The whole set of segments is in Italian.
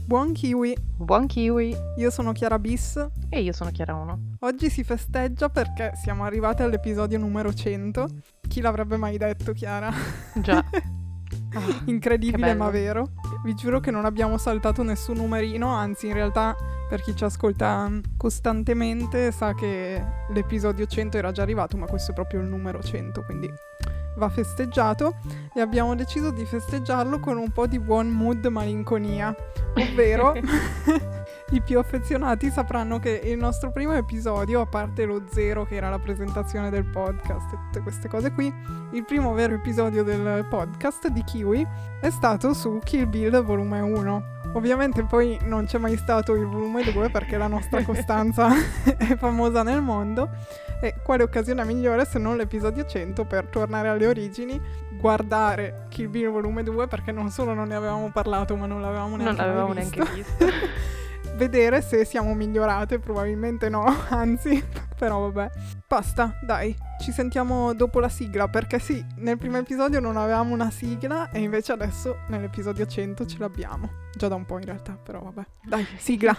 Buon kiwi! Buon kiwi! Io sono Chiara Bis. E io sono Chiara 1. Oggi si festeggia perché siamo arrivati all'episodio numero 100. Chi l'avrebbe mai detto, Chiara? Già. Incredibile ma vero. Vi giuro che non abbiamo saltato nessun numerino, anzi in realtà per chi ci ascolta costantemente sa che l'episodio 100 era già arrivato, ma questo è proprio il numero 100, quindi va festeggiato e abbiamo deciso di festeggiarlo con un po' di buon mood malinconia, ovvero i più affezionati sapranno che il nostro primo episodio, a parte lo 0 che era la presentazione del podcast e tutte queste cose qui, il primo vero episodio del podcast di Kiwi è stato su Kill Bill volume 1. Ovviamente poi non c'è mai stato il volume 2 perché la nostra costanza è famosa nel mondo. E quale occasione migliore se non l'episodio 100 per tornare alle origini, guardare Kill Bill volume 2 perché non solo non ne avevamo parlato ma non l'avevamo neanche visto. Vedere se siamo migliorate, probabilmente no, anzi, però vabbè. Basta, dai, ci sentiamo dopo la sigla, perché sì, nel primo episodio non avevamo una sigla e invece adesso nell'episodio 100 ce l'abbiamo. Già da un po' in realtà, però vabbè. Dai, sigla!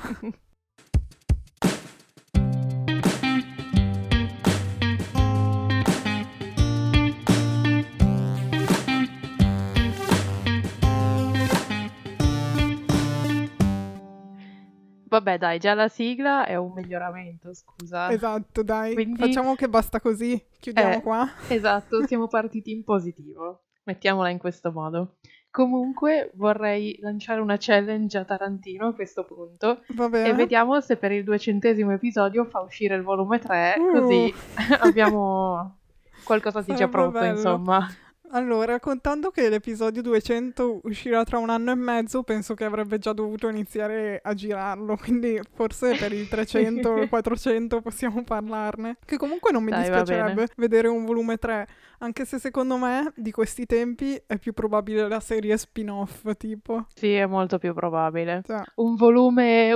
Vabbè dai, già la sigla è un miglioramento, scusa. Esatto, dai, Quindi, facciamo che basta così, chiudiamo qua. Esatto, siamo partiti in positivo, mettiamola in questo modo. Comunque vorrei lanciare una challenge a Tarantino a questo punto. Va bene. E vediamo se per il 200° episodio fa uscire il volume 3, così abbiamo qualcosa di già pronto, bello. insomma. Allora, contando che l'episodio 200 uscirà tra 1 anno e mezzo, penso che avrebbe già dovuto iniziare a girarlo, quindi forse per il 300 o il 400 possiamo parlarne. Che comunque non mi dispiacerebbe vedere un volume 3, anche se secondo me di questi tempi è più probabile la serie spin-off, tipo. Sì, è molto più probabile. Cioè. Un volume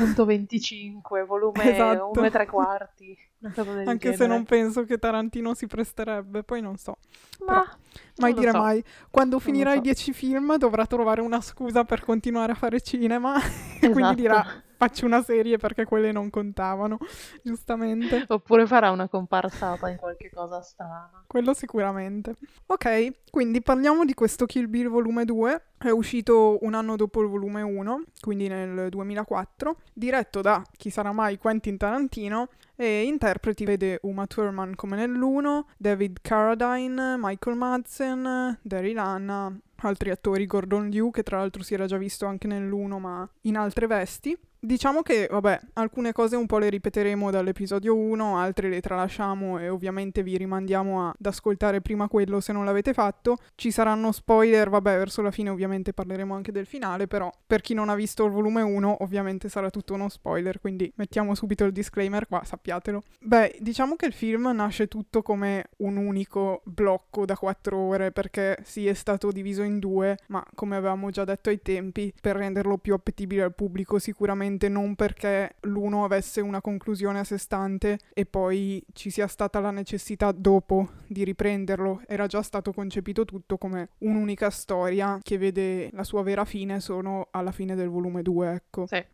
1.25, volume Esatto. 1 3/4. Anche se non penso che Tarantino si presterebbe, poi non so. Ma mai dire mai. Quando finirà i 10 film dovrà trovare una scusa per continuare a fare cinema. Esatto. E quindi dirà faccio una serie perché quelle non contavano, giustamente. Oppure farà una comparsata in qualche cosa strana. Quello sicuramente. Ok, quindi parliamo di questo Kill Bill volume 2. È uscito un anno dopo il volume 1, quindi nel 2004, diretto da chi sarà mai Quentin Tarantino, e interpreti vede Uma Thurman come nell'1, David Carradine, Michael Madsen, Daryl Hannah, altri attori, Gordon Liu, che tra l'altro si era già visto anche nell'1 ma in altre vesti. Diciamo che, vabbè, alcune cose un po' le ripeteremo dall'episodio 1, altre le tralasciamo e ovviamente vi rimandiamo ad ascoltare prima quello se non l'avete fatto. Ci saranno spoiler, vabbè, verso la fine ovviamente parleremo anche del finale, però per chi non ha visto il volume 1 ovviamente sarà tutto uno spoiler, quindi mettiamo subito il disclaimer qua, sappiatelo. Beh, diciamo che il film nasce tutto come un unico blocco da 4 ore, perché sì, è stato diviso in 2, ma come avevamo già detto ai tempi, per renderlo più appetibile al pubblico sicuramente, non perché l'uno avesse una conclusione a sé stante e poi ci sia stata la necessità dopo di riprenderlo. Era già stato concepito tutto come un'unica storia che vede la sua vera fine solo alla fine del volume 2, ecco. Sì.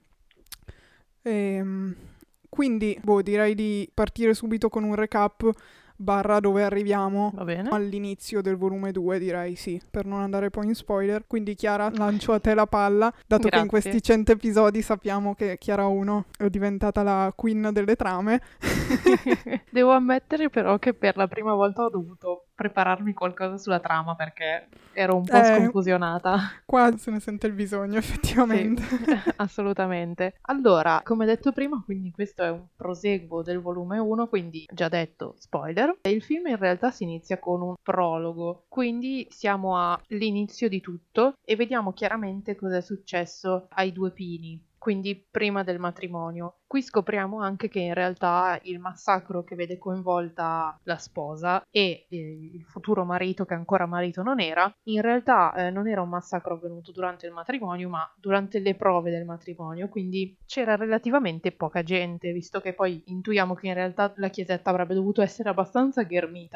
Quindi, direi di partire subito con un recap / dove arriviamo all'inizio del volume 2, direi, sì, per non andare poi in spoiler. Quindi Chiara, lancio a te la palla, dato che in questi 100 episodi sappiamo che Chiara 1 è diventata la queen delle trame. Devo ammettere però che per la prima volta ho dovuto prepararmi qualcosa sulla trama perché ero un po' sconfusionata. Qua se ne sente il bisogno, effettivamente. Sì, assolutamente. Allora, come detto prima, quindi questo è un proseguo del volume 1, quindi già detto, spoiler. Il film in realtà si inizia con un prologo, quindi siamo all'inizio di tutto e vediamo chiaramente cosa è successo ai due Pini. Quindi prima del matrimonio. Qui scopriamo anche che in realtà il massacro che vede coinvolta la sposa e il futuro marito, che ancora marito non era, in realtà non era un massacro avvenuto durante il matrimonio, ma durante le prove del matrimonio, quindi c'era relativamente poca gente, visto che poi intuiamo che in realtà la chiesetta avrebbe dovuto essere abbastanza ghermita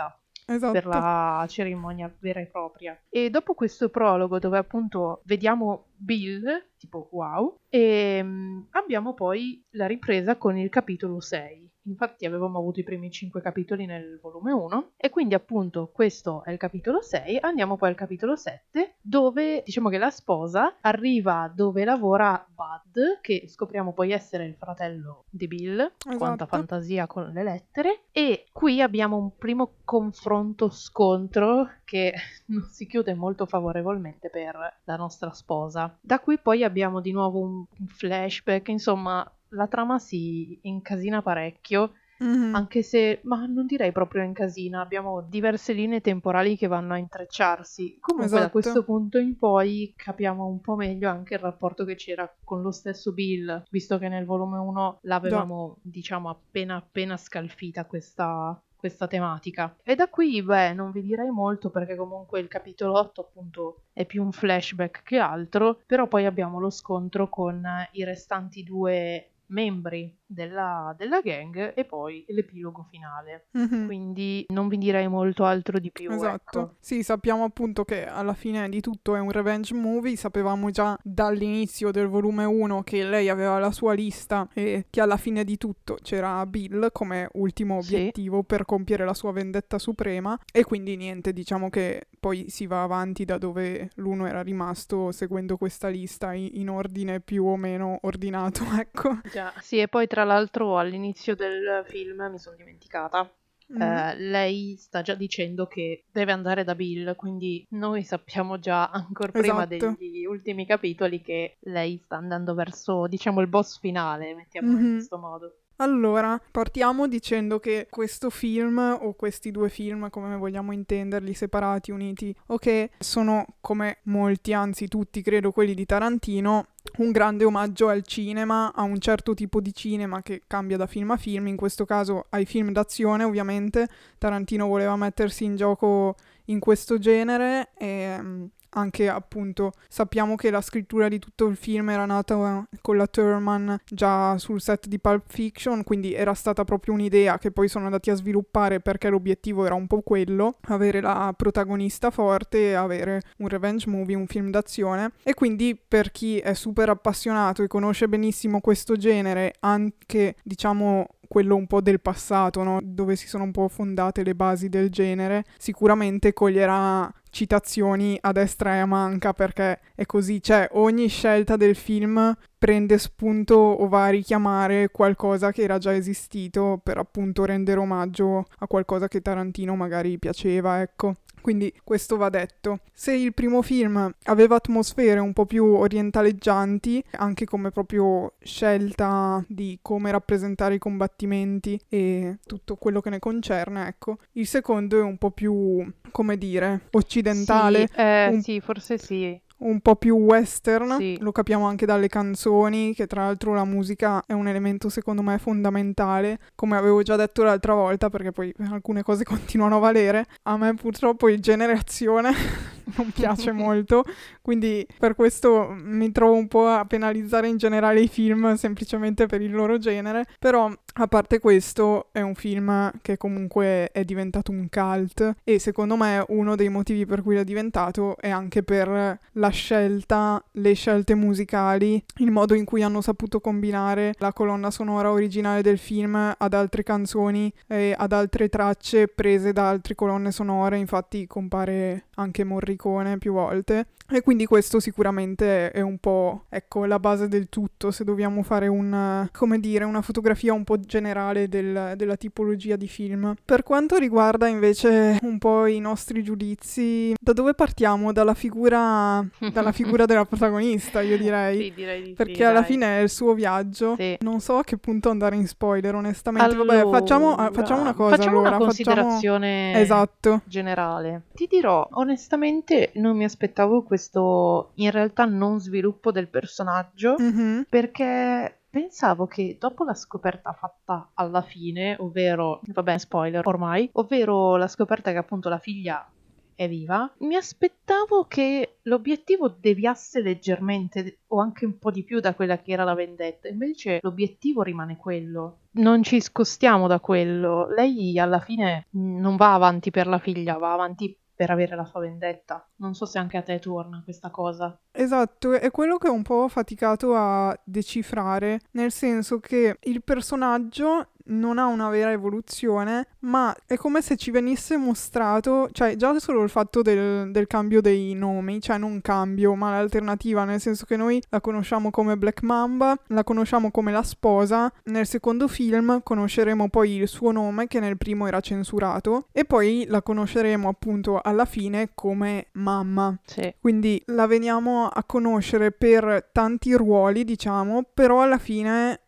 per Esatto. la cerimonia vera e propria. E dopo questo prologo, dove appunto vediamo Bill, tipo wow, e abbiamo poi la ripresa con il capitolo 6. Infatti avevamo avuto i primi 5 capitoli nel volume 1 e quindi appunto questo è il capitolo 6. Andiamo poi al capitolo 7, dove diciamo che la sposa arriva dove lavora Bud, che scopriamo poi essere il fratello di Bill. Quanta Esatto. fantasia con le lettere. E qui abbiamo un primo confronto scontro che non si chiude molto favorevolmente per la nostra sposa. Da qui poi abbiamo di nuovo un flashback, insomma, la trama si incasina parecchio, Mhm. anche se, ma non direi proprio incasina, abbiamo diverse linee temporali che vanno a intrecciarsi. Comunque da Esatto. questo punto in poi capiamo un po' meglio anche il rapporto che c'era con lo stesso Bill, visto che nel volume 1 Già. l'avevamo, diciamo, appena scalfita questa tematica. E da qui, beh, non vi direi molto perché comunque il capitolo 8 appunto è più un flashback che altro, però poi abbiamo lo scontro con i restanti due membri della gang e poi l'epilogo finale. Mhm. Quindi non vi direi molto altro di più, Esatto. ecco. Sì, sappiamo appunto che alla fine di tutto è un revenge movie, sapevamo già dall'inizio del volume 1 che lei aveva la sua lista e che alla fine di tutto c'era Bill come ultimo Sì. obiettivo per compiere la sua vendetta suprema e quindi niente, diciamo che poi si va avanti da dove l'uno era rimasto seguendo questa lista in ordine più o meno ordinato, ecco. Già, sì, e poi tra l'altro all'inizio del film mi sono dimenticata. Mhm. Lei sta già dicendo che deve andare da Bill, quindi noi sappiamo già ancora prima Esatto. degli ultimi capitoli che lei sta andando verso, diciamo, il boss finale, mettiamolo in Mhm. questo modo. Allora, partiamo dicendo che questo film, o questi due film, come vogliamo intenderli, separati, uniti, ok, sono come molti, anzi tutti, credo quelli di Tarantino, un grande omaggio al cinema, a un certo tipo di cinema che cambia da film a film, in questo caso ai film d'azione, ovviamente. Tarantino voleva mettersi in gioco in questo genere e anche appunto sappiamo che la scrittura di tutto il film era nata con la Thurman già sul set di Pulp Fiction, quindi era stata proprio un'idea che poi sono andati a sviluppare perché l'obiettivo era un po' quello, avere la protagonista forte, avere un revenge movie, un film d'azione e quindi per chi è super appassionato e conosce benissimo questo genere, anche diciamo quello un po' del passato, no? Dove si sono un po' fondate le basi del genere, sicuramente coglierà citazioni a destra e a manca perché è così, cioè ogni scelta del film prende spunto o va a richiamare qualcosa che era già esistito per appunto rendere omaggio a qualcosa che Tarantino magari piaceva, ecco. Quindi questo va detto. Se il primo film aveva atmosfere un po' più orientaleggianti, anche come proprio scelta di come rappresentare i combattimenti e tutto quello che ne concerne, ecco, il secondo è un po' più, come dire, occidentale, un Sì, forse sì. un po' più western, Sì. lo capiamo anche dalle canzoni, che tra l'altro la musica è un elemento secondo me fondamentale, come avevo già detto l'altra volta, perché poi alcune cose continuano a valere. A me purtroppo il genere azione non piace molto, quindi per questo mi trovo un po' a penalizzare in generale i film semplicemente per il loro genere, però a parte questo è un film che comunque è diventato un cult e secondo me uno dei motivi per cui l'è diventato è anche per la scelta, le scelte musicali, il modo in cui hanno saputo combinare la colonna sonora originale del film ad altre canzoni e ad altre tracce prese da altre colonne sonore, infatti compare anche Morricone più volte e quindi questo sicuramente è un po', ecco, la base del tutto se dobbiamo fare come dire, una fotografia un po' generale della tipologia di film. Per quanto riguarda invece un po' i nostri giudizi, da dove partiamo? Dalla figura della protagonista, io direi. Sì, direi di sì, Perché alla dai. fine è il suo viaggio. Sì. Non so a che punto andare in spoiler, onestamente. Vabbè, facciamo una Allora, cosa facciamo una allora. considerazione Esatto. generale. Ti dirò, onestamente, non mi aspettavo questo, in realtà, non sviluppo del personaggio, Mhm. perché pensavo che dopo la scoperta fatta alla fine, ovvero, vabbè, spoiler ormai, ovvero la scoperta che appunto la figlia è viva, mi aspettavo che l'obiettivo deviasse leggermente o anche un po' di più da quella che era la vendetta, invece l'obiettivo rimane quello. Non ci scostiamo da quello. Lei alla fine non va avanti per la figlia, va avanti per avere la sua vendetta. Non so se anche a te torna questa cosa. Esatto, è quello che ho un po' faticato a decifrare, nel senso che il personaggio non ha una vera evoluzione, ma è come se ci venisse mostrato, cioè già solo il fatto del cambio dei nomi, cioè non cambio, ma l'alternativa, nel senso che noi la conosciamo come Black Mamba, la conosciamo come la sposa, nel secondo film conosceremo poi il suo nome, che nel primo era censurato, e poi la conosceremo appunto alla fine come mamma. Sì. Quindi la veniamo a conoscere per tanti ruoli, diciamo, però alla fine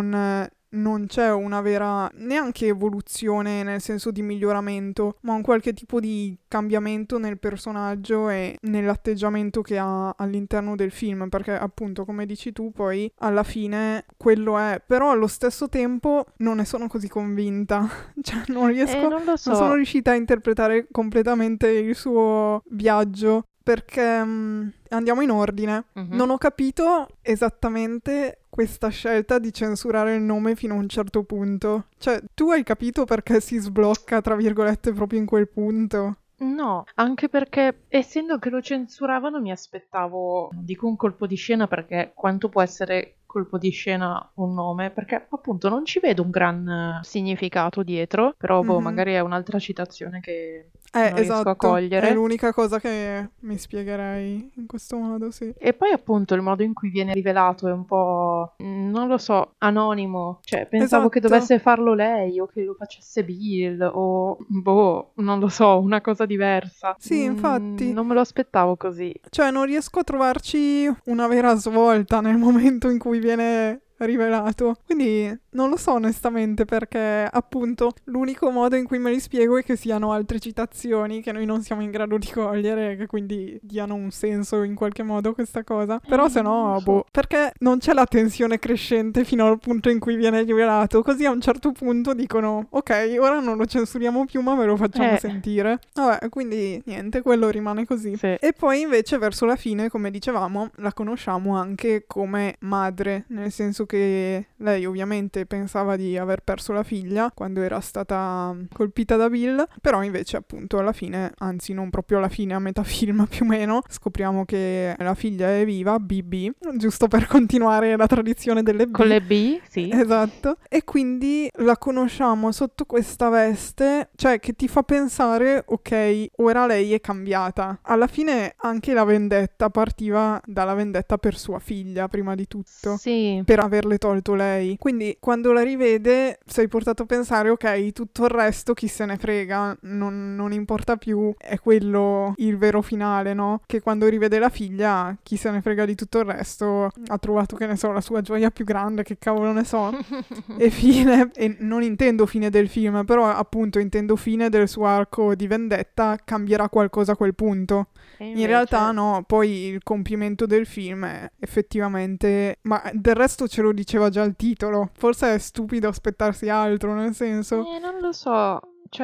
non c'è una vera neanche evoluzione nel senso di miglioramento, ma un qualche tipo di cambiamento nel personaggio e nell'atteggiamento che ha all'interno del film, perché appunto, come dici tu, poi alla fine quello è, però allo stesso tempo non ne sono così convinta, cioè non riesco, Non lo so. non sono riuscita a interpretare completamente il suo viaggio. Perché andiamo in ordine. Non ho capito esattamente questa scelta di censurare il nome fino a un certo punto. Cioè, tu hai capito perché si sblocca, tra virgolette, proprio in quel punto? No, anche perché essendo che lo censuravano mi aspettavo, non dico un colpo di scena perché quanto può essere colpo di scena un nome, perché appunto non ci vedo un gran significato dietro, però magari è un'altra citazione che non riesco a cogliere. È l'unica cosa che mi spiegherei in questo modo, sì. E poi appunto il modo in cui viene rivelato è un po', non lo so, anonimo, cioè pensavo che dovesse farlo lei o che lo facesse Bill o boh, non lo so, una cosa diversa. Sì, infatti. Non me lo aspettavo così. Cioè non riesco a trovarci una vera svolta nel momento in cui viene rivelato. Quindi non lo so onestamente, perché appunto l'unico modo in cui me li spiego è che siano altre citazioni che noi non siamo in grado di cogliere, che quindi diano un senso in qualche modo a questa cosa. Però se no, boh, perché non c'è la tensione crescente fino al punto in cui viene rivelato, così a un certo punto dicono ok, ora non lo censuriamo più ma ve lo facciamo sentire. Vabbè, quindi niente, quello rimane così. Sì. E poi invece verso la fine, come dicevamo, la conosciamo anche come madre, nel senso che lei ovviamente pensava di aver perso la figlia quando era stata colpita da Bill, però invece appunto alla fine, anzi non proprio alla fine, a metà film più o meno, scopriamo che la figlia è viva, BB, giusto per continuare la tradizione delle B. Con le B, sì. Esatto. E quindi la conosciamo sotto questa veste, cioè che ti fa pensare, ok, ora lei è cambiata. Alla fine anche la vendetta partiva dalla vendetta per sua figlia, prima di tutto. Sì. Per averle tolto lei. Quindi quando la rivede sei portato a pensare ok, tutto il resto chi se ne frega, non importa più, è quello il vero finale, no? Che quando rivede la figlia chi se ne frega di tutto il resto, ha trovato, che ne so, la sua gioia più grande, che cavolo ne so, e fine. E non intendo fine del film, però appunto intendo fine del suo arco di vendetta, cambierà qualcosa a quel punto. In realtà no, poi il compimento del film è effettivamente, ma del resto ce lo diceva già il titolo, forse è stupido aspettarsi altro, nel senso. Non lo so,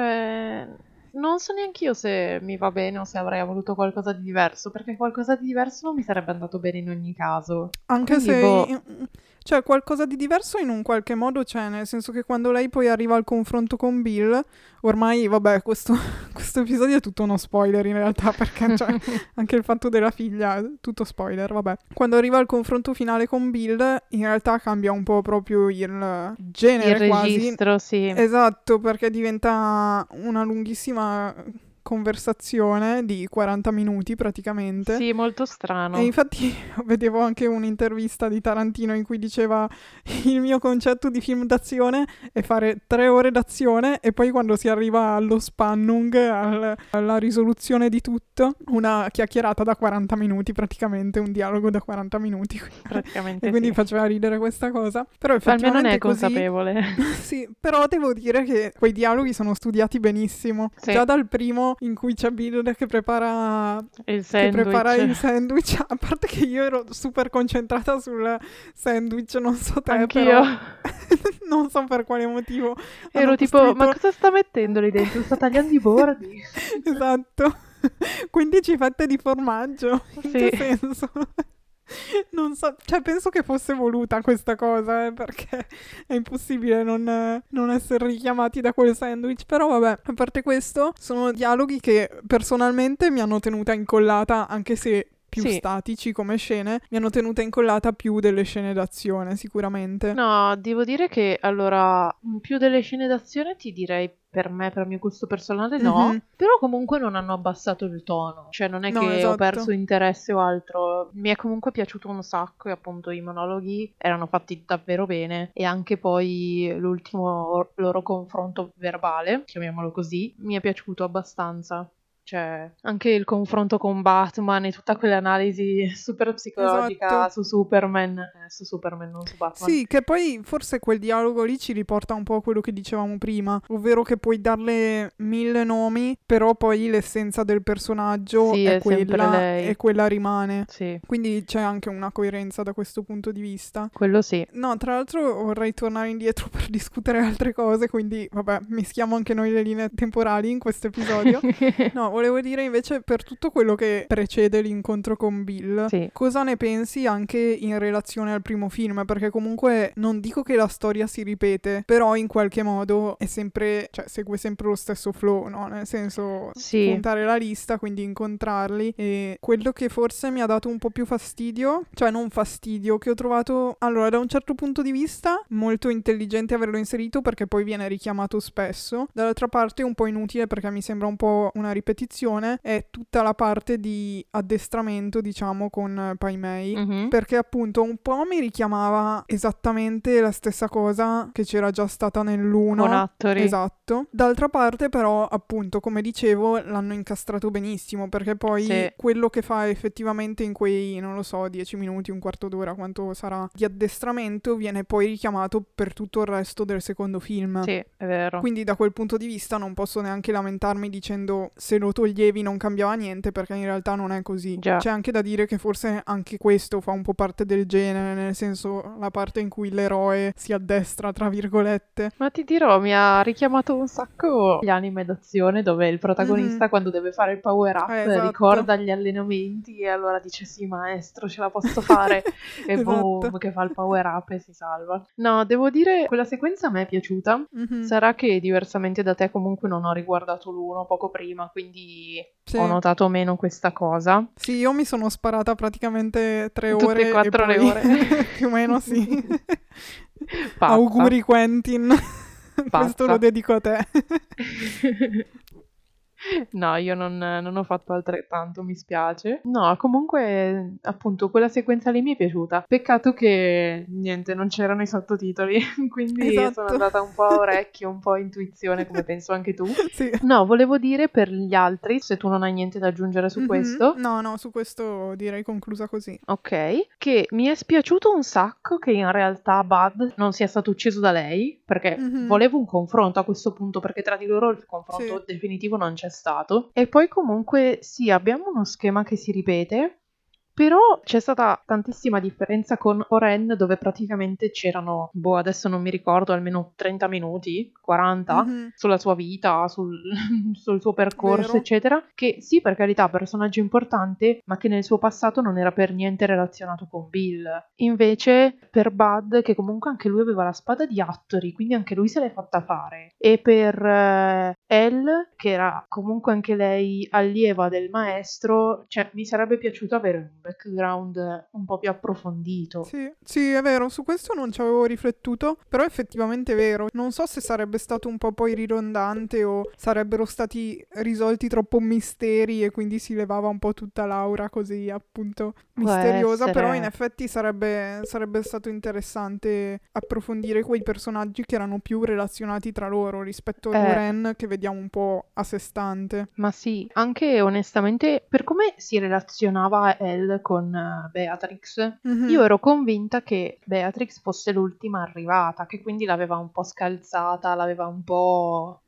cioè non so neanche io se mi va bene o se avrei voluto qualcosa di diverso, perché qualcosa di diverso non mi sarebbe andato bene in ogni caso. Anche quindi, se cioè qualcosa di diverso in un qualche modo c'è, nel senso che quando lei poi arriva al confronto con Bill, ormai vabbè, questo episodio è tutto uno spoiler in realtà, perché cioè, anche il fatto della figlia, tutto spoiler, vabbè. Quando arriva al confronto finale con Bill, in realtà cambia un po' proprio il genere, il quasi. registro, sì. Esatto, perché diventa una lunghissima conversazione di 40 minuti praticamente. Sì, molto strano. E infatti vedevo anche un'intervista di Tarantino in cui diceva il mio concetto di film d'azione è fare 3 ore d'azione e poi quando si arriva allo spannung, alla risoluzione di tutto, una chiacchierata da 40 minuti praticamente, un dialogo da 40 minuti. Praticamente e quindi sì. faceva ridere questa cosa. Però effettivamente almeno ne è così, consapevole. Sì, però devo dire che quei dialoghi sono studiati benissimo. Sì. Già dal primo in cui c'è Bill che prepara il sandwich, a parte che io ero super concentrata sul sandwich, non so te, Anch'io. però non so per quale motivo. Ero tipo, ma cosa sta mettendo lì dentro? Sta tagliando i bordi? Esatto. 15 fette di formaggio? In Sì. che senso? Non so, cioè penso che fosse voluta questa cosa, perché è impossibile non essere richiamati da quel sandwich. Però vabbè, a parte questo, sono dialoghi che personalmente mi hanno tenuta incollata, anche se più Sì. statici come scene, mi hanno tenuta incollata più delle scene d'azione, sicuramente. No, devo dire che allora, più delle scene d'azione ti direi per me, per mio gusto personale, Mhm. no, però comunque non hanno abbassato il tono, cioè non è No, che ho perso esatto. interesse o altro, mi è comunque piaciuto un sacco e appunto i monologhi erano fatti davvero bene e anche poi l'ultimo loro confronto verbale, chiamiamolo così, mi è piaciuto abbastanza. Cioè, anche il confronto con Batman e tutta quell'analisi super psicologica Esatto. su Superman, non su Batman. Sì, che poi forse quel dialogo lì ci riporta un po' a quello che dicevamo prima, ovvero che puoi darle 1000 nomi, però poi l'essenza del personaggio Sì, è è sempre quella e lei. quella rimane. Sì, Quindi c'è anche una coerenza da questo punto di vista. quello sì. No, tra l'altro vorrei tornare indietro per discutere altre cose, quindi vabbè, mischiamo anche noi le linee temporali in questo episodio. No, volevo dire invece per tutto quello che precede l'incontro con Bill, Sì, cosa ne pensi anche in relazione al primo film? Perché comunque non dico che la storia si ripete, però in qualche modo è sempre, cioè segue sempre lo stesso flow, no? Nel senso sì. spuntare la lista, quindi incontrarli e quello che forse mi ha dato un po' più fastidio, cioè non fastidio, che ho trovato, allora da un certo punto di vista molto intelligente averlo inserito perché poi viene richiamato spesso, dall'altra parte un po' inutile perché mi sembra un po' una ripetizione, è tutta la parte di addestramento, diciamo, con Pai Mei, Mhm. perché appunto un po' mi richiamava esattamente la stessa cosa che c'era già stata Con nell'1. attori. Esatto. D'altra parte però, appunto, come dicevo, l'hanno incastrato benissimo, perché Sì, poi quello che fa effettivamente in quei, non lo so, 10 minuti, un quarto d'ora, quanto sarà, di addestramento, viene poi richiamato per tutto il resto del secondo film. sì, è vero. Quindi da quel punto di vista non posso neanche lamentarmi dicendo se lo toglievi non cambiava niente, perché in realtà non è così. Già. C'è anche da dire che forse anche questo fa un po' parte del genere, nel senso la parte in cui l'eroe si addestra, tra virgolette. Ma ti dirò, mi ha richiamato un sacco gli anime d'azione dove il Mhm. protagonista quando deve fare il power up Esatto. ricorda gli allenamenti e allora dice sì maestro ce la posso fare e Esatto. boom che fa il power up e si salva. No, devo dire quella sequenza a me è piaciuta. Mhm. Sarà che diversamente da te comunque non ho riguardato l'uno poco prima, quindi ho Sì. notato meno questa cosa. Sì, io mi sono sparata praticamente 3 Tutte e ore e quattro le poi ore. più o meno sì. Pazza, Auguri Quentin, questo lo pazza. dedico a te. No, io non ho fatto altrettanto, mi spiace. No, comunque, appunto, quella sequenza lì mi è piaciuta. Peccato che, niente, non c'erano i sottotitoli, quindi sono Esatto. andata un po' a orecchio, un po' a intuizione, come penso anche tu. Sì. No, volevo dire per gli altri, se tu non hai niente da aggiungere su Mhm. questo, No, no, su questo direi conclusa così. ok, che mi è spiaciuto un sacco che in realtà Bud non sia stato ucciso da lei, perché Mhm. volevo un confronto a questo punto, perché tra di loro il Sì. confronto definitivo non c'è stato. E poi comunque sì, abbiamo uno schema che si ripete, però c'è stata tantissima differenza con Oren, dove praticamente c'erano, boh, adesso non mi ricordo, almeno 30 minuti, 40, Mhm. sulla sua vita, sul suo percorso, Vero. eccetera, che sì, per carità, personaggio importante, ma che nel suo passato non era per niente relazionato con Bill. Invece, per Bud, che comunque anche lui aveva la spada di Hattori, quindi anche lui se l'è fatta fare, e per Elle, che era comunque anche lei allieva del maestro, cioè mi sarebbe piaciuto avere un background un po' più approfondito. Sì, sì, è vero, su questo non ci avevo riflettuto, però effettivamente è vero. Non so se sarebbe stato un po' poi ridondante o sarebbero stati risolti troppo misteri e quindi si levava un po' tutta l'aura così appunto Può misteriosa, però in essere. effetti sarebbe stato interessante approfondire quei personaggi che erano più relazionati tra loro rispetto ad Eh, Oren che vediamo un po' a sé stante. ma sì, anche onestamente, per come si relazionava Elle con Beatrix, io Mhm. ero convinta che Beatrix fosse l'ultima arrivata, che quindi l'aveva un po' scalzata, l'aveva un po'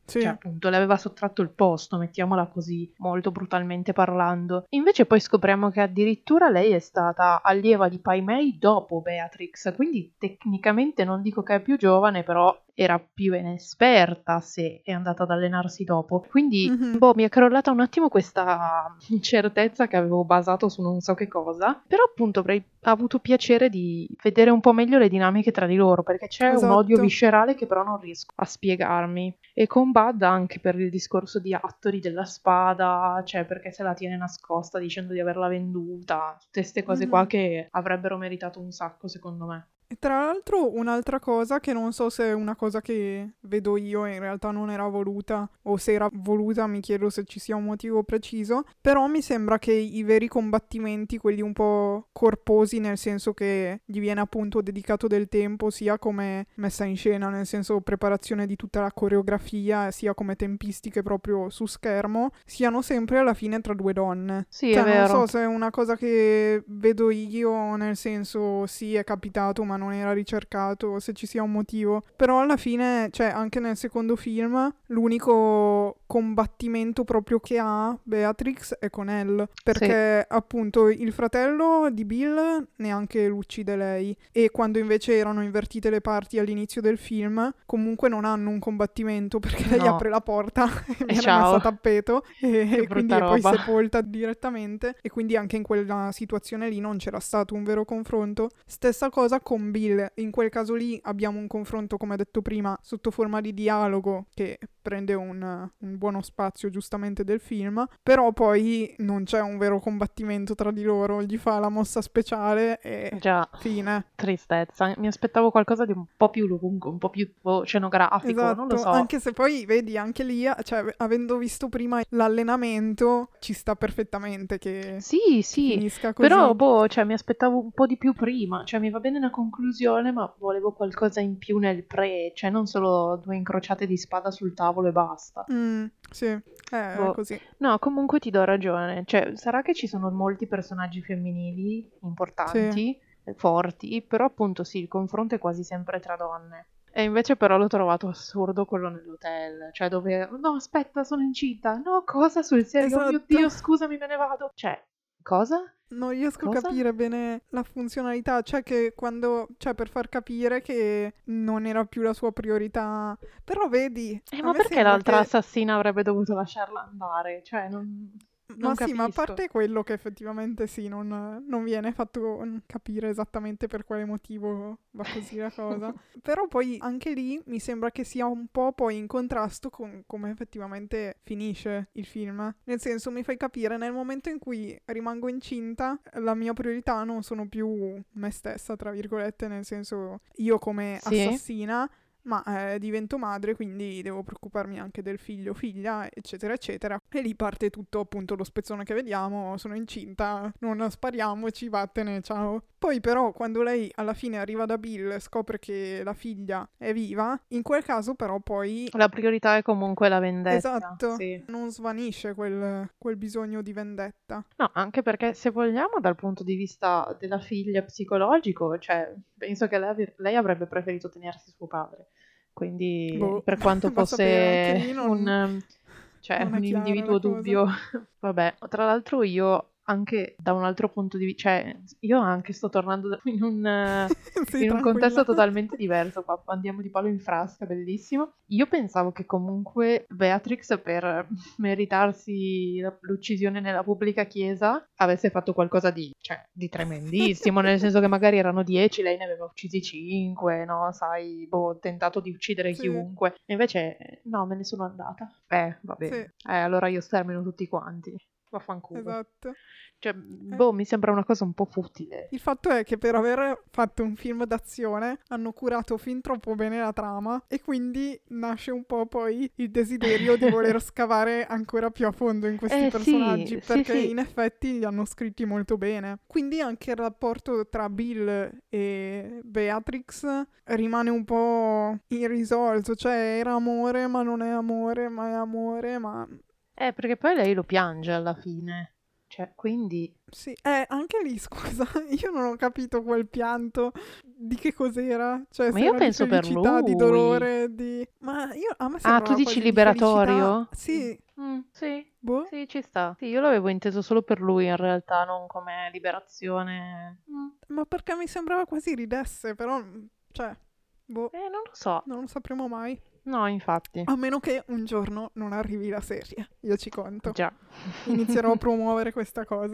Sì. Cioè, appunto, le aveva sottratto il posto, mettiamola così, molto brutalmente parlando. Invece poi scopriamo che addirittura lei è stata allieva di Pai Mei dopo Beatrix, quindi tecnicamente non dico che è più giovane, però era più inesperta se è andata ad allenarsi dopo. Quindi, Mhm. mi è crollata un attimo questa incertezza che avevo basato su non so che cosa, però appunto avrei avuto piacere di vedere un po' meglio le dinamiche tra di loro, perché c'è un odio Esatto. viscerale che però non riesco a spiegarmi. E con Bud anche per il discorso di Hattori della spada, cioè perché se la tiene nascosta dicendo di averla venduta, tutte queste cose qua Mhm. che avrebbero meritato un sacco secondo me. E tra l'altro un'altra cosa che non so se è una cosa che vedo io e in realtà non era voluta o se era voluta, mi chiedo se ci sia un motivo preciso, però mi sembra che i veri combattimenti, quelli un po' corposi nel senso che gli viene appunto dedicato del tempo sia come messa in scena, nel senso preparazione di tutta la coreografia, sia come tempistiche proprio su schermo, siano sempre alla fine tra due donne. Sì, è Cioè, non vero. so se è una cosa che vedo io, nel senso, sì, è capitato, ma non era ricercato, se ci sia un motivo. Però alla fine, cioè, anche nel secondo film, l'unico combattimento proprio che ha Beatrix è con Elle. Sì. Perché, appunto, il fratello di Bill neanche l'uccide lei. E quando invece erano invertite le parti all'inizio del film, comunque non hanno un combattimento perché lei apre No. la porta e E viene messa ciao. a tappeto Che e quindi brutta è poi roba. sepolta direttamente e quindi anche in quella situazione lì non c'era stato un vero confronto. Stessa cosa con Bill, in quel caso lì abbiamo un confronto come detto prima sotto forma di dialogo che prende un buono spazio giustamente del film, però poi non c'è un vero combattimento tra di loro, gli fa la mossa speciale e Già, fine. tristezza. Mi aspettavo qualcosa di un po' più lungo, un po' più scenografico, non lo Esatto, so. anche se poi vedi anche lì, cioè avendo visto prima l'allenamento, ci sta perfettamente Sì, che sì, finisca però così. cioè, mi aspettavo un po' di più prima, cioè mi va bene la conclusione, ma volevo qualcosa in più nel pre, cioè non solo due incrociate di spada sul tavolo e basta. Sì, è Boh. così. No, comunque ti do ragione, cioè sarà che ci sono molti personaggi femminili Sì, importanti, forti, però appunto sì, il confronto è quasi sempre tra donne. E invece però l'ho trovato assurdo quello nell'hotel, cioè dove, no aspetta, sono incinta, no cosa sul serio, oh mio esatto. Dio, scusami, me ne vado. Cioè, cosa? Non riesco a Cosa? capire bene la funzionalità, cioè che quando, cioè per far capire che non era più la sua priorità. Però vedi, a Ma me perché sembra l'altra che assassina avrebbe dovuto lasciarla andare? Cioè, non ma sì, ma a capisco. parte quello che effettivamente sì, non viene fatto capire esattamente per quale motivo va così la cosa. Però poi anche lì mi sembra che sia un po' poi in contrasto con come effettivamente finisce il film. Nel senso, mi fai capire, nel momento in cui rimango incinta, la mia priorità non sono più me stessa, tra virgolette, nel senso io come Sì? assassina, ma divento madre, quindi devo preoccuparmi anche del figlio o figlia, eccetera, eccetera. E lì parte tutto appunto lo spezzone che vediamo, sono incinta, non spariamoci, vattene, ciao. Poi però quando lei alla fine arriva da Bill, scopre che la figlia è viva, in quel caso però poi, La priorità è comunque la vendetta, esatto, sì. non svanisce quel bisogno di vendetta. No, anche perché se vogliamo dal punto di vista della figlia psicologico, cioè penso che lei avrebbe preferito tenersi suo padre. Quindi Boh, per quanto va a sapere, anche fosse lì cioè, non è un chiara la individuo cosa. dubbio, vabbè. Tra l'altro io anche da un altro punto di vista, cioè io anche sto tornando Sì, in un contesto tranquilla. totalmente diverso, qua andiamo di palo in frasca, bellissimo. Io pensavo che comunque Beatrix per meritarsi l'uccisione nella pubblica chiesa avesse fatto qualcosa di, cioè, di tremendissimo, nel senso che magari erano 10, lei ne aveva uccisi 5, no? Sai, boh, tentato di uccidere Sì, chiunque. E invece no, me ne sono andata. Va sì, bene. Allora io stermino tutti quanti. Vaffanculo. esatto. Cioè, Eh, boh, mi sembra una cosa un po' futile. Il fatto è che per aver fatto un film d'azione hanno curato fin troppo bene la trama e quindi nasce un po' poi il desiderio di voler scavare ancora più a fondo in questi Sì, personaggi sì, perché sì. in effetti li hanno scritti molto bene. Quindi anche il rapporto tra Bill e Beatrix rimane un po' irrisolto, cioè era amore ma non è amore, ma è amore, ma Perché poi lei lo piange alla fine. Cioè, quindi... Sì, anche lì, scusa, io non ho capito quel pianto di che cos'era. Cioè, Ma se io era di penso per felicità, di lui. dolore, di... Ma a me Ah, tu sembrava dici quasi di felicità. liberatorio? Sì, Sì, boh. sì, ci sta. Sì, io l'avevo inteso solo per lui in realtà, non come liberazione. Ma perché mi sembrava quasi ridesse, però, cioè, boh, Non lo so. non lo sapremo mai. No, infatti. A meno che un giorno non arrivi la serie, io ci conto. Già. Inizierò a promuovere questa cosa.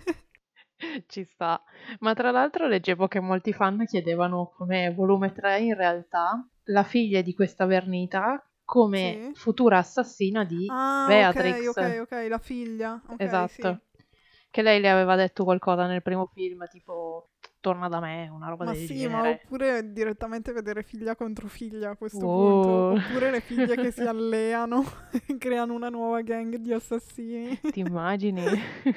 Ci sta. Ma tra l'altro leggevo che molti fan chiedevano come volume 3 in realtà la figlia di questa Vernita come Sì? futura assassina di Ah, ok, Beatrix. ok, ok, la figlia. Ok, sì. Esatto. Che lei le aveva detto qualcosa nel primo film, tipo torna da me, una roba Ma del sì, ma genere. oppure direttamente vedere figlia contro figlia a questo punto. Wow. Oppure le figlie che si alleano e creano una nuova gang di assassini. Ti immagini?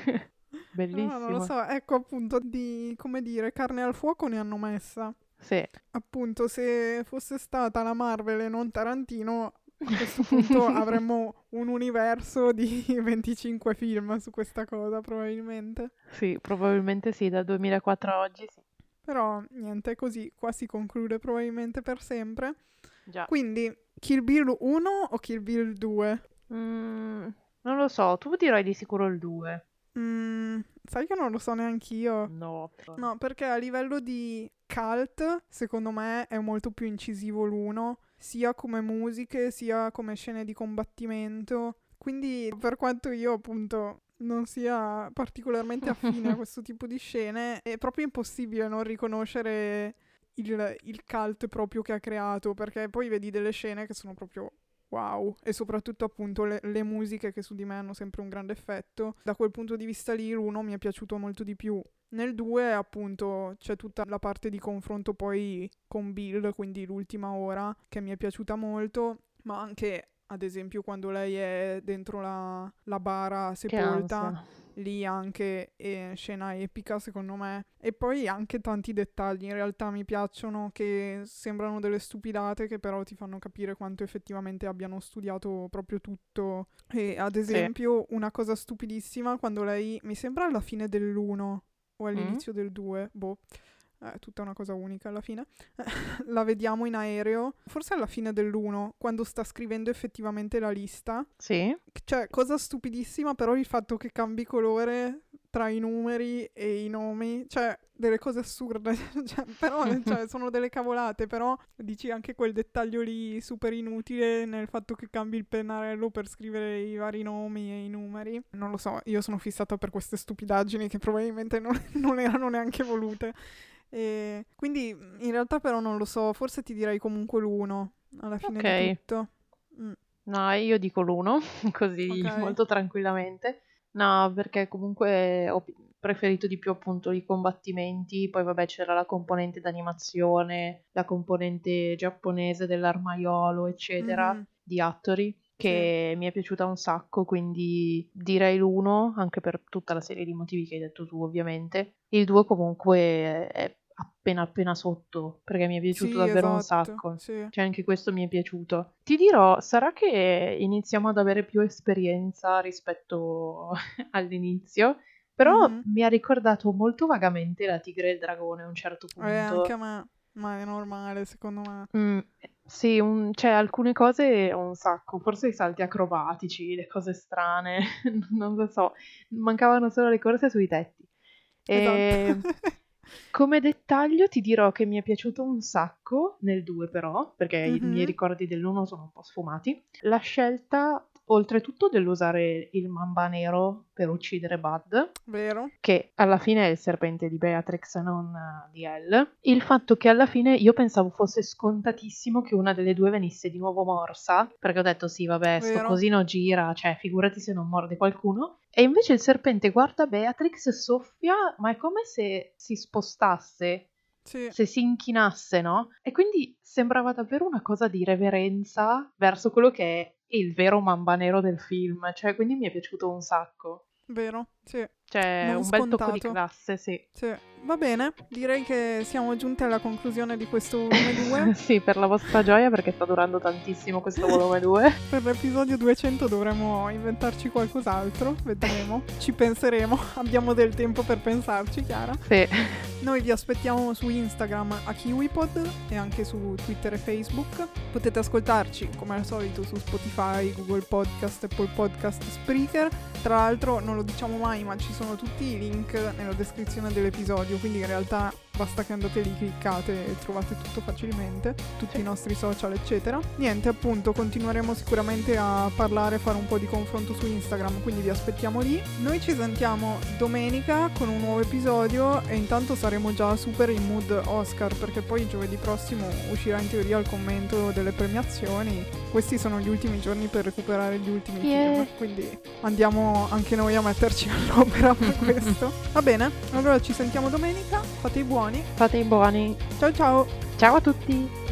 No, non lo Bellissimo. so, ecco appunto di, come dire, carne al fuoco ne hanno messa. Sì. Appunto, se fosse stata la Marvel e non Tarantino, a questo punto avremmo un universo di 25 film su questa cosa, probabilmente. Sì, probabilmente sì, dal 2004 a oggi sì. Però niente, così qua si conclude probabilmente per sempre. Già. Quindi, Kill Bill 1 o Kill Bill 2? Non lo so, tu dirai di sicuro il 2. Sai che non lo so neanch'io. No. No, perché a livello di cult, secondo me è molto più incisivo l'1, sia come musiche, sia come scene di combattimento. Quindi, per quanto io appunto non sia particolarmente affine a questo tipo di scene, è proprio impossibile non riconoscere il cult proprio che ha creato, perché poi vedi delle scene che sono proprio wow, e soprattutto appunto le musiche che su di me hanno sempre un grande effetto. Da quel punto di vista lì l'1 mi è piaciuto molto di più. Nel 2 appunto c'è tutta la parte di confronto poi con Bill, quindi l'ultima ora, che mi è piaciuta molto, ma anche ad esempio quando lei è dentro la bara Che sepolta, ansia. lì anche è scena epica secondo me. E poi anche tanti dettagli in realtà mi piacciono che sembrano delle stupidate che però ti fanno capire quanto effettivamente abbiano studiato proprio tutto. E ad Sì. esempio una cosa stupidissima quando lei, mi sembra alla fine dell'1 o Mm? all'inizio del 2, boh, è tutta una cosa unica alla fine. La vediamo in aereo, forse alla fine dell'1, quando sta scrivendo effettivamente la lista. Sì? Cioè, cosa stupidissima, però il fatto che cambi colore tra i numeri e i nomi, cioè, delle cose assurde. Cioè, però, cioè, sono delle cavolate, però dici anche quel dettaglio lì super inutile nel fatto che cambi il pennarello per scrivere i vari nomi e i numeri. Non lo so, io sono fissata per queste stupidaggini che probabilmente non erano neanche volute. E quindi in realtà però non lo so, forse ti direi comunque l'1 alla fine di Ok. tutto. Mm, No, io dico l'1, così ok. molto tranquillamente. No, perché comunque ho preferito di più appunto i combattimenti, poi vabbè c'era la componente d'animazione, la componente giapponese dell'armaiolo, eccetera, Mhm, di Hattori, sì. che mi è piaciuta un sacco, quindi direi l'1, anche per tutta la serie di motivi che hai detto tu ovviamente. Il 2 comunque è appena sotto, perché mi è piaciuto Sì, davvero un esatto, sacco. sì. Cioè, anche questo mi è piaciuto. Ti dirò, sarà che iniziamo ad avere più esperienza rispetto all'inizio, però Mhm. mi ha ricordato molto vagamente La Tigre e il Dragone a un certo Anche a punto. me, ma è normale secondo me. Mm, sì, cioè alcune cose un sacco, forse i salti acrobatici, le cose strane, non lo so, mancavano solo le corse sui tetti. Esatto. E come dettaglio ti dirò che mi è piaciuto un sacco, nel 2 però, perché i miei Mhm, ricordi dell'1 sono un po' sfumati, la scelta oltretutto dell'usare il mamba nero per uccidere Bud, vero? che alla fine è il serpente di Beatrix, non di Elle. Il fatto che alla fine io pensavo fosse scontatissimo che una delle due venisse di nuovo morsa, perché ho detto sì, vabbè, sto Vero? cosino gira, cioè figurati se non morde qualcuno. E invece il serpente guarda Beatrix, soffia, ma è come se si spostasse, Sì, se si inchinasse, no? E quindi sembrava davvero una cosa di reverenza verso quello che è il vero mamba nero del film, cioè quindi mi è piaciuto un sacco. vero? Sì. Cioè, Non un bel tocco di scontato. classe, sì. Sì, Va bene, direi che siamo giunti alla conclusione di questo volume 2. Sì, per la vostra gioia, perché sta durando tantissimo questo volume 2. Per l'episodio 200 dovremo inventarci qualcos'altro, vedremo, ci penseremo, abbiamo del tempo per pensarci, Chiara. Sì. Noi vi aspettiamo su Instagram a KiwiPod e anche su Twitter e Facebook. Potete ascoltarci come al solito su Spotify, Google Podcast, Apple Podcast, Spreaker. Tra l'altro non lo diciamo mai, ma ci sono tutti i link nella descrizione dell'episodio, quindi in realtà basta che andate lì, cliccate e trovate tutto facilmente, tutti i nostri social eccetera. Niente, appunto, continueremo sicuramente a parlare, fare un po' di confronto su Instagram, quindi vi aspettiamo lì. Noi ci sentiamo domenica con un nuovo episodio e intanto saremo già super in mood Oscar, perché poi giovedì prossimo uscirà in teoria il commento delle premiazioni. Questi sono gli ultimi giorni per recuperare gli ultimi film, quindi andiamo anche noi a metterci all'opera per questo. Va bene, allora ci sentiamo domenica, fate i buoni. Fate i buoni. Ciao ciao! Ciao a tutti!